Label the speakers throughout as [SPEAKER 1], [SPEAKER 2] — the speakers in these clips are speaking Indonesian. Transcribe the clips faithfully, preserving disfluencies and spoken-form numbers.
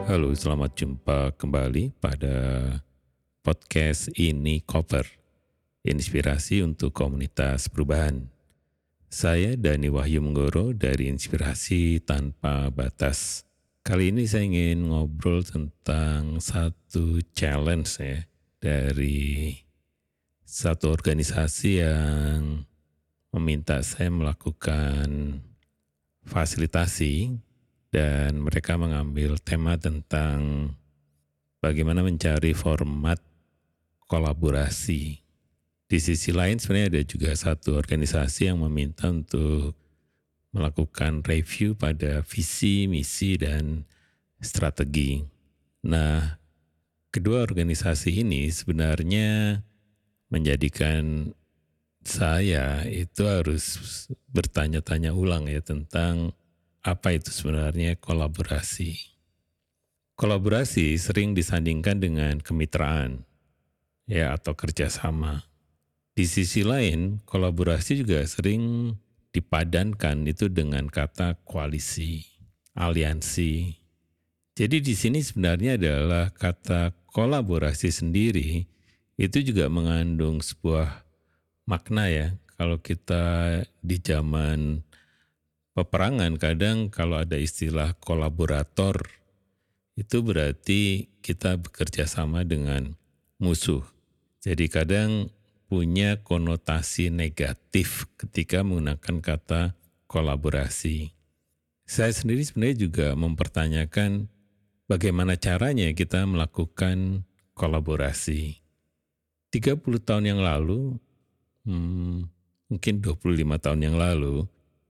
[SPEAKER 1] Halo, selamat jumpa kembali pada podcast Ini Koper, inspirasi untuk komunitas perubahan. Saya Dani Wahyu Menggoro dari Inspirasi Tanpa Batas. Kali ini saya ingin ngobrol tentang satu challenge ya dari satu organisasi yang meminta saya melakukan fasilitasi dan mereka mengambil tema tentang bagaimana mencari format kolaborasi. Di sisi lain sebenarnya ada juga satu organisasi yang meminta untuk melakukan review pada visi, misi, dan strategi. Nah, kedua organisasi ini sebenarnya menjadikan saya itu harus bertanya-tanya ulang ya tentang apa itu sebenarnya kolaborasi. Kolaborasi sering disandingkan dengan kemitraan ya atau kerjasama. Di sisi lain, kolaborasi juga sering dipadankan itu dengan kata koalisi, aliansi. Jadi di sini sebenarnya adalah kata kolaborasi sendiri itu juga mengandung sebuah makna ya. Kalau kita di zaman peperangan kadang kalau ada istilah kolaborator itu berarti kita bekerja sama dengan musuh. Jadi kadang punya konotasi negatif ketika menggunakan kata kolaborasi. Saya sendiri sebenarnya juga mempertanyakan bagaimana caranya kita melakukan kolaborasi. tiga puluh tahun yang lalu, hmm, mungkin dua puluh lima tahun yang lalu,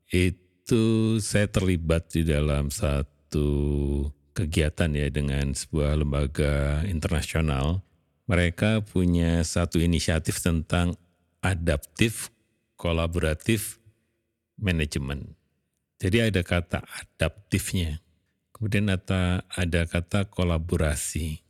[SPEAKER 1] itu saya terlibat di dalam satu kegiatan ya dengan sebuah lembaga internasional. Mereka punya satu inisiatif tentang adaptif kolaboratif manajemen. Jadi ada kata adaptifnya, kemudian ada, ada kata kolaborasi.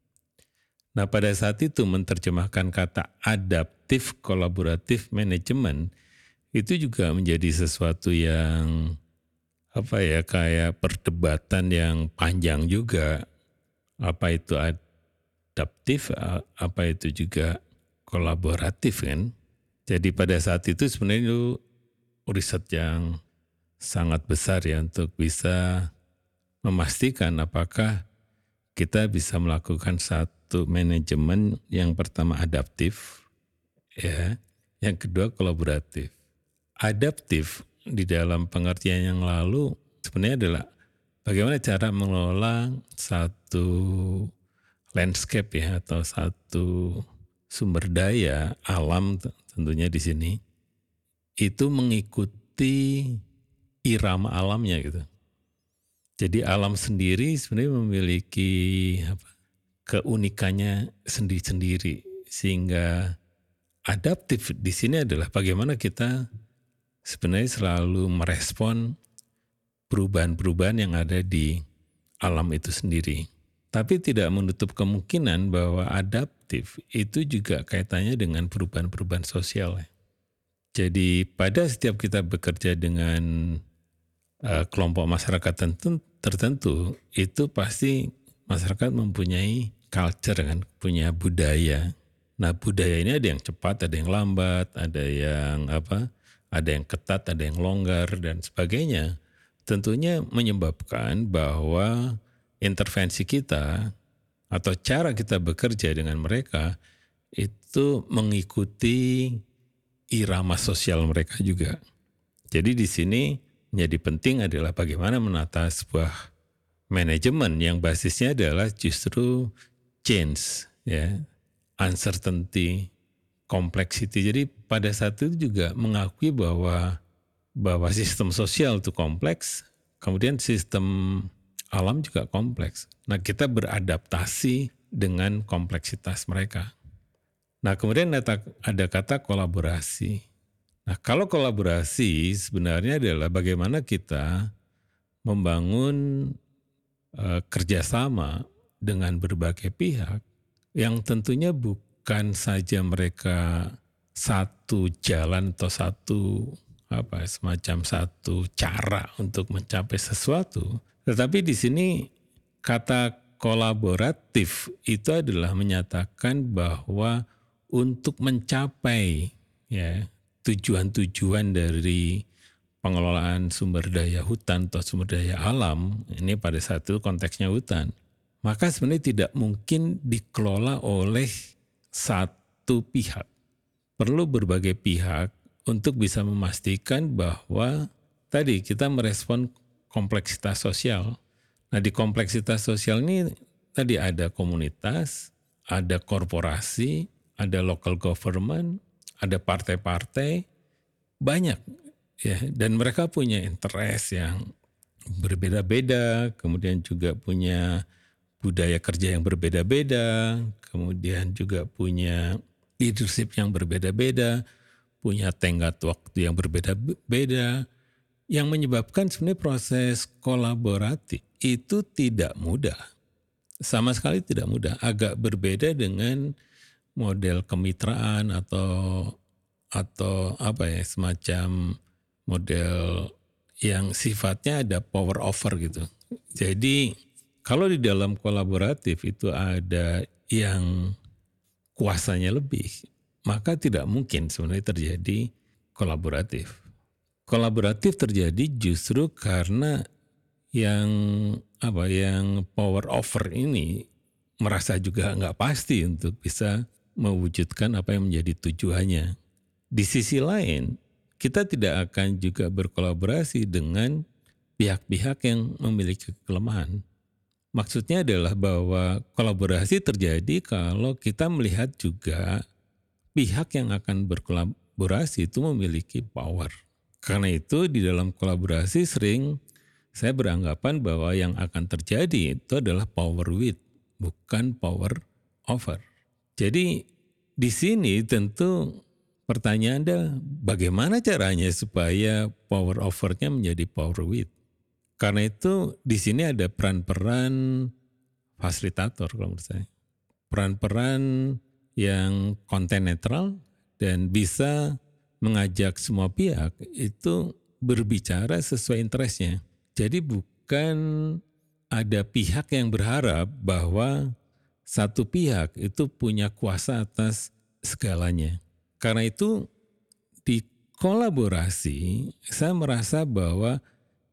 [SPEAKER 1] Nah pada saat itu menerjemahkan kata adaptif kolaboratif manajemen itu juga menjadi sesuatu yang apa ya kayak perdebatan yang panjang juga. Apa itu adaptif, apa itu juga kolaboratif kan. Jadi pada saat itu sebenarnya itu riset yang sangat besar ya untuk bisa memastikan apakah kita bisa melakukan satu manajemen yang pertama adaptif, ya, yang kedua kolaboratif. Adaptif di dalam pengertian yang lalu sebenarnya adalah bagaimana cara mengelola satu landscape ya atau satu sumber daya alam tentunya di sini itu mengikuti irama alamnya gitu. Jadi alam sendiri sebenarnya memiliki apa, keunikannya sendiri-sendiri sehingga adaptif di sini adalah bagaimana kita sebenarnya selalu merespon perubahan-perubahan yang ada di alam itu sendiri. Tapi tidak menutup kemungkinan bahwa adaptif itu juga kaitannya dengan perubahan-perubahan sosial. Jadi pada setiap kita bekerja dengan uh, kelompok masyarakat tertentu, tertentu, itu pasti masyarakat mempunyai culture kan, punya budaya. Nah budaya ini ada yang cepat, ada yang lambat, ada yang apa? Ada yang ketat, ada yang longgar, dan sebagainya. Tentunya menyebabkan bahwa intervensi kita atau cara kita bekerja dengan mereka itu mengikuti irama sosial mereka juga. Jadi di sini menjadi penting adalah bagaimana menata sebuah manajemen yang basisnya adalah justru change, ya, uncertainty, complexity. Jadi pada saat itu juga mengakui bahwa bahwa sistem sosial itu kompleks, kemudian sistem alam juga kompleks. Nah kita beradaptasi dengan kompleksitas mereka. Nah kemudian ada, ada kata kolaborasi. Nah kalau kolaborasi sebenarnya adalah bagaimana kita membangun uh, kerjasama dengan berbagai pihak yang tentunya bukan saja mereka satu jalan atau satu apa semacam satu cara untuk mencapai sesuatu, tetapi di sini kata kolaboratif itu adalah menyatakan bahwa untuk mencapai ya tujuan-tujuan dari pengelolaan sumber daya hutan atau sumber daya alam, ini pada satu konteksnya hutan, maka sebenarnya tidak mungkin dikelola oleh satu pihak. Perlu berbagai pihak untuk bisa memastikan bahwa tadi kita merespon kompleksitas sosial. Nah, di kompleksitas sosial ini tadi ada komunitas, ada korporasi, ada local government, ada partai-partai, banyak ya, dan mereka punya interest yang berbeda-beda, kemudian juga punya budaya kerja yang berbeda-beda, kemudian juga punya leadership yang berbeda-beda, punya tenggat waktu yang berbeda-beda, yang menyebabkan sebenarnya proses kolaboratif itu tidak mudah. Sama sekali tidak mudah. Agak berbeda dengan model kemitraan atau atau apa ya, semacam model yang sifatnya ada power over gitu. Jadi kalau di dalam kolaboratif itu ada yang kuasanya lebih, maka tidak mungkin sebenarnya terjadi kolaboratif. Kolaboratif terjadi justru karena yang apa yang power over ini merasa juga nggak pasti untuk bisa mewujudkan apa yang menjadi tujuannya. Di sisi lain, kita tidak akan juga berkolaborasi dengan pihak-pihak yang memiliki kelemahan. Maksudnya adalah bahwa kolaborasi terjadi kalau kita melihat juga pihak yang akan berkolaborasi itu memiliki power. Karena itu di dalam kolaborasi sering saya beranggapan bahwa yang akan terjadi itu adalah power with, bukan power over. Jadi di sini tentu pertanyaan adalah bagaimana caranya supaya power over-nya menjadi power with. Karena itu di sini ada peran-peran fasilitator kalau menurut saya. Peran-peran yang konten netral dan bisa mengajak semua pihak itu berbicara sesuai interestnya. Jadi bukan ada pihak yang berharap bahwa satu pihak itu punya kuasa atas segalanya. Karena itu di kolaborasi saya merasa bahwa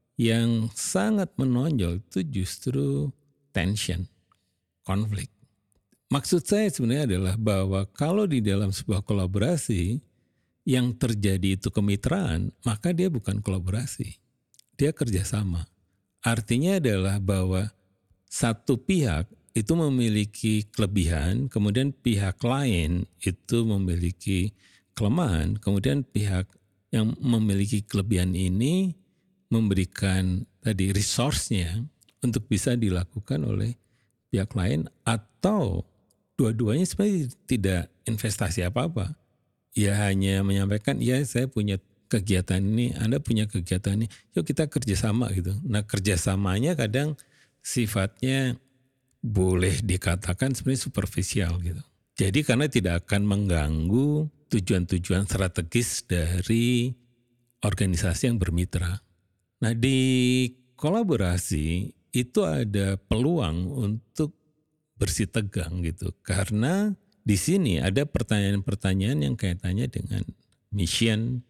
[SPEAKER 1] yang sangat menonjol itu justru tension, konflik. Maksud saya sebenarnya adalah bahwa kalau di dalam sebuah kolaborasi yang terjadi itu kemitraan, maka dia bukan kolaborasi, dia kerjasama. Artinya adalah bahwa satu pihak itu memiliki kelebihan, kemudian pihak lain itu memiliki kelemahan, kemudian pihak yang memiliki kelebihan ini memberikan tadi resource-nya untuk bisa dilakukan oleh pihak lain, atau dua-duanya sebenarnya tidak investasi apa-apa. Ya hanya menyampaikan, ya saya punya kegiatan ini, Anda punya kegiatan ini, yuk kita kerjasama gitu. Nah kerjasamanya kadang sifatnya boleh dikatakan sebenarnya superficial gitu. Jadi karena tidak akan mengganggu tujuan-tujuan strategis dari organisasi yang bermitra. Nah di kolaborasi itu ada peluang untuk bersih tegang gitu, karena di sini ada pertanyaan-pertanyaan yang kaitannya dengan mission,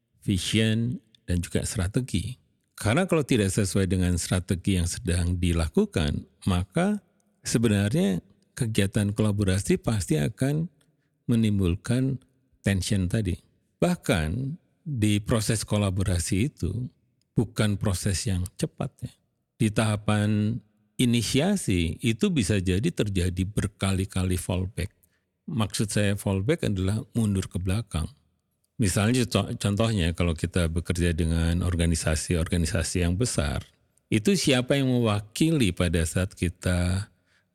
[SPEAKER 1] vision, dan juga strategi. Karena kalau tidak sesuai dengan strategi yang sedang dilakukan, maka sebenarnya kegiatan kolaborasi pasti akan menimbulkan tension tadi. Bahkan di proses kolaborasi itu bukan proses yang cepat ya. Di tahapan inisiasi itu bisa jadi terjadi berkali-kali fallback. Maksud saya fallback adalah mundur ke belakang. Misalnya contohnya kalau kita bekerja dengan organisasi-organisasi yang besar, itu siapa yang mewakili pada saat kita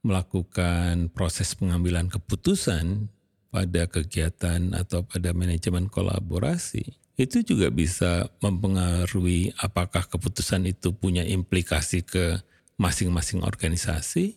[SPEAKER 1] melakukan proses pengambilan keputusan pada kegiatan atau pada manajemen kolaborasi, itu juga bisa mempengaruhi apakah keputusan itu punya implikasi ke masing-masing organisasi,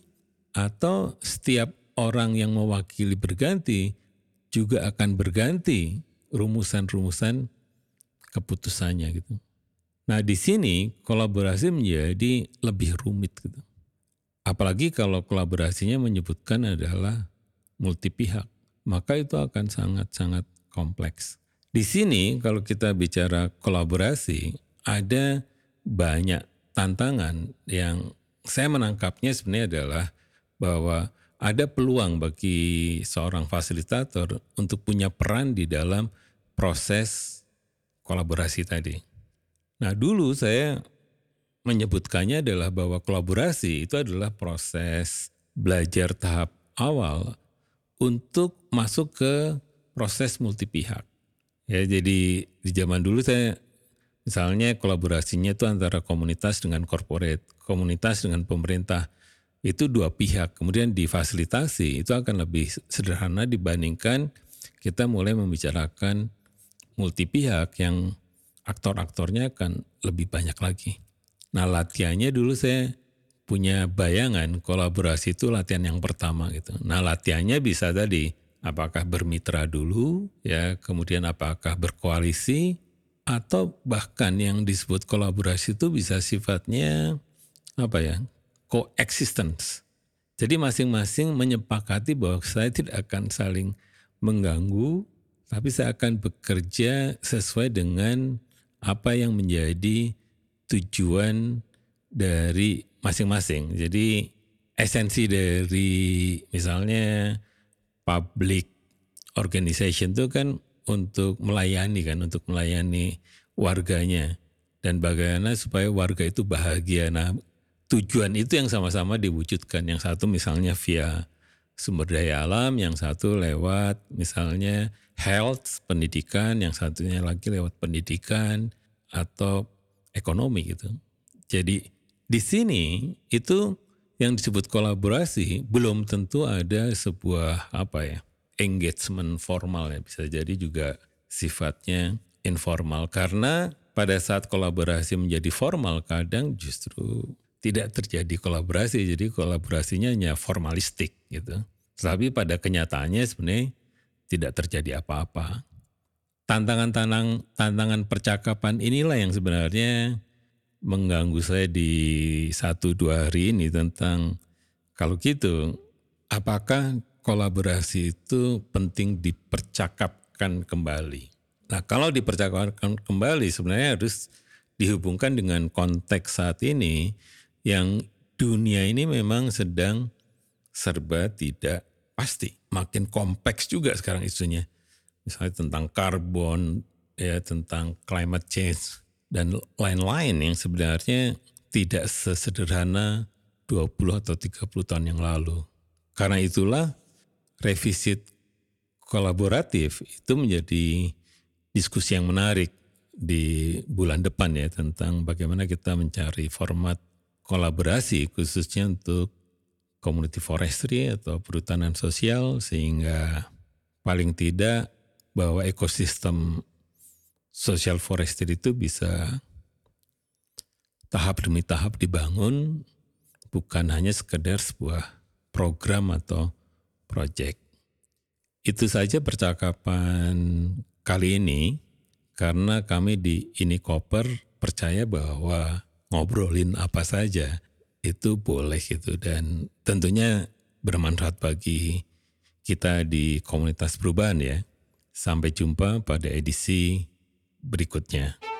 [SPEAKER 1] atau setiap orang yang mewakili berganti juga akan berganti rumusan-rumusan keputusannya gitu. Nah di sini kolaborasi menjadi lebih rumit gitu. Apalagi kalau kolaborasinya menyebutkan adalah multi pihak, maka itu akan sangat-sangat kompleks. Di sini kalau kita bicara kolaborasi, ada banyak tantangan yang saya menangkapnya sebenarnya adalah bahwa ada peluang bagi seorang fasilitator untuk punya peran di dalam proses kolaborasi tadi. Nah, dulu saya menyebutkannya adalah bahwa kolaborasi itu adalah proses belajar tahap awal untuk masuk ke proses multi pihak. Ya, jadi di zaman dulu saya misalnya kolaborasinya itu antara komunitas dengan corporate, komunitas dengan pemerintah. Itu dua pihak. Kemudian difasilitasi itu akan lebih sederhana dibandingkan kita mulai membicarakan multi pihak yang aktor-aktornya akan lebih banyak lagi. Nah, latihannya dulu saya punya bayangan kolaborasi itu latihan yang pertama gitu. Nah, latihannya bisa tadi apakah bermitra dulu ya, kemudian apakah berkoalisi atau bahkan yang disebut kolaborasi itu bisa sifatnya apa ya? Coexistence. Jadi masing-masing menyepakati bahwa saya tidak akan saling mengganggu, tapi saya akan bekerja sesuai dengan apa yang menjadi tujuan dari masing-masing. Jadi esensi dari misalnya public organization itu kan untuk melayani kan, untuk melayani warganya dan bagaimana supaya warga itu bahagia. Nah, tujuan itu yang sama-sama diwujudkan. Yang satu misalnya via sumber daya alam, yang satu lewat misalnya health, pendidikan, yang satunya lagi lewat pendidikan atau ekonomi gitu. Jadi di sini itu yang disebut kolaborasi belum tentu ada sebuah apa ya engagement formal ya, bisa jadi juga sifatnya informal karena pada saat kolaborasi menjadi formal kadang justru tidak terjadi kolaborasi, jadi kolaborasinya hanya formalistik gitu. Tapi pada kenyataannya sebenarnya tidak terjadi apa-apa. Tantangan-tantangan tantangan percakapan inilah yang sebenarnya mengganggu saya di satu dua hari ini tentang kalau gitu apakah kolaborasi itu penting dipercakapkan kembali. Nah, kalau dipercakapkan kembali sebenarnya harus dihubungkan dengan konteks saat ini yang dunia ini memang sedang serba tidak pasti. Makin kompleks juga sekarang isunya. Misalnya tentang karbon, ya tentang climate change, dan lain-lain yang sebenarnya tidak sesederhana dua puluh atau tiga puluh tahun yang lalu. Karena itulah revisi kolaboratif itu menjadi diskusi yang menarik di bulan depan ya tentang bagaimana kita mencari format kolaborasi khususnya untuk community forestry atau perhutanan sosial sehingga paling tidak bahwa ekosistem social forestry itu bisa tahap demi tahap dibangun bukan hanya sekedar sebuah program atau proyek. Itu saja percakapan kali ini karena kami di Ini Koper percaya bahwa ngobrolin apa saja itu boleh gitu dan tentunya bermanfaat bagi kita di komunitas perubahan ya. Sampai jumpa pada edisi berikutnya.